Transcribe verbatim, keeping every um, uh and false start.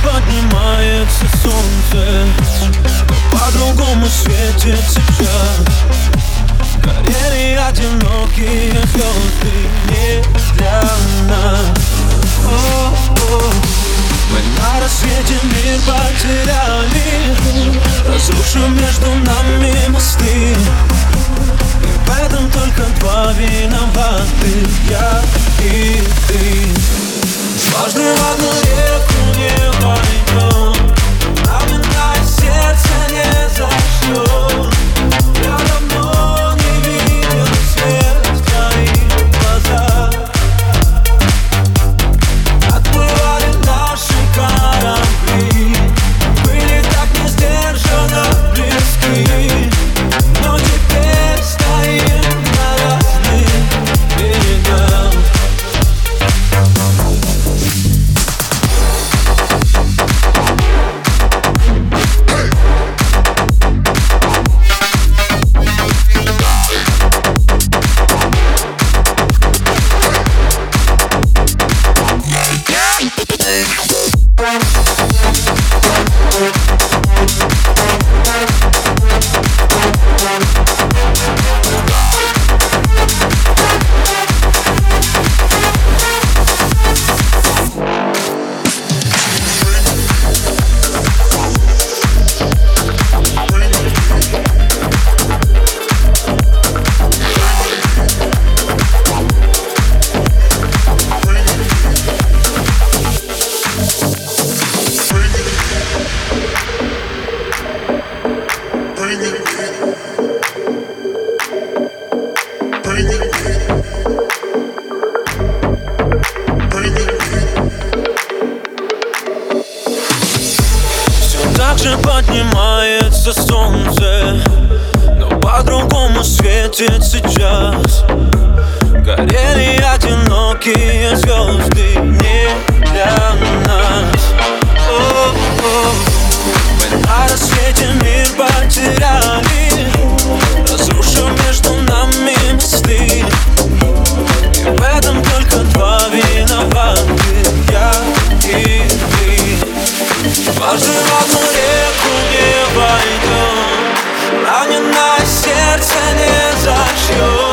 поднимается солнце, но по-другому светит сейчас. Горели одинокие звезды не для нас. О-о. Мы на рассвете мир потеряли, разрушив между нами мосты. И в этом только два виноваты, я и ты. Дважды в одну реку не войдем, равенное сердце не зажжет. Я давно не видел свет в твоих глазах. Отплывали наши корабли, были так несдержанно близки, но теперь стоим на разных берегах. Также поднимается солнце, но по-другому светит сейчас. Горели одинокие звезды не для нас. О-о-о. Мы на рассвете мир потеряли, разрушив между нами мосты. И в этом только два виноваты, я и ты. Дважды в одну реку не войдем, раненое сердце не зашьет.